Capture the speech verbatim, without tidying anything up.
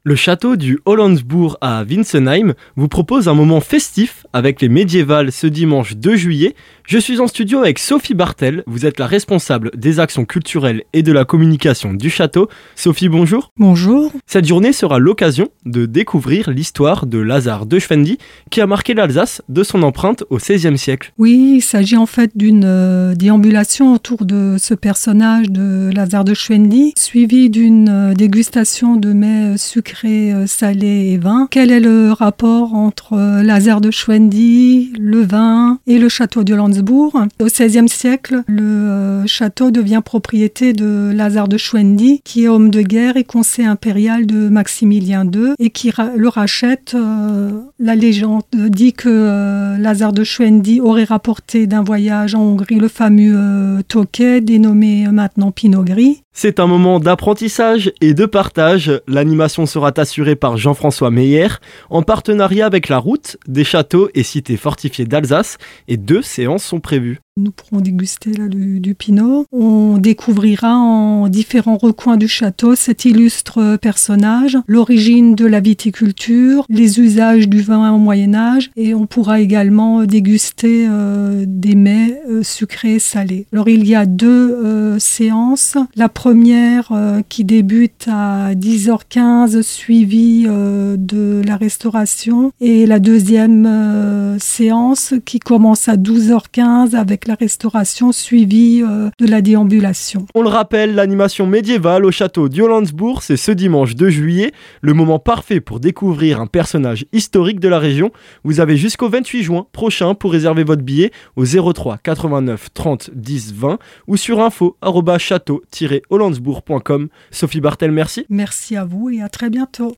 Le château du Hollandsbourg à Winsenheim vous propose un moment festif avec les médiévales ce dimanche deux juillet. Je suis en studio avec Sophie Bartel, vous êtes la responsable des actions culturelles et de la communication du château. Sophie, bonjour. Bonjour. Cette journée sera l'occasion de découvrir l'histoire de Lazare de Schwendi qui a marqué l'Alsace de son empreinte au seizième siècle. Oui, il s'agit en fait d'une euh, déambulation autour de ce personnage de Lazare de Schwendi, suivi d'une euh, dégustation de mets euh, sucrés, euh, salés et vins. Quel est le rapport entre euh, Lazare de Schwendi, le vin et le château de Hollandsbourg ? Au seizième siècle, le euh, château devient propriété de Lazare de Schwendi, qui est homme de guerre et conseiller impérial de Maximilien deux, et qui ra- le rachète. Euh, la légende dit que euh, Lazare de Schwendi aurait rapporté d'un voyage en Hongrie le fameux euh, Tokay, dénommé maintenant Pinot Gris. C'est un moment d'apprentissage et de partage. L'animation sera assurée par Jean-François Meyer en partenariat avec la route des châteaux et cités fortifiées d'Alsace, et deux séances sont prévues. Nous pourrons déguster là, du, du pinot. On découvrira en différents recoins du château cet illustre personnage, l'origine de la viticulture, les usages du vin au Moyen-Âge, et on pourra également déguster euh, des mets euh, sucrés et salés. Alors il y a deux euh, séances. La première euh, qui débute à dix heures quinze, suivie euh, de la restauration, et la deuxième euh, séance qui commence à douze heures quinze avec la restauration suivie euh, de la déambulation. On le rappelle, l'animation médiévale au château du Hollandsbourg, c'est ce dimanche deux juillet, le moment parfait pour découvrir un personnage historique de la région. Vous avez jusqu'au vingt-huit juin prochain pour réserver votre billet au zéro trois quatre-vingt-neuf trente dix vingt ou sur info arobase château tiret hollandsbourg point com. Sophie Bartel, merci. Merci à vous et à très bientôt.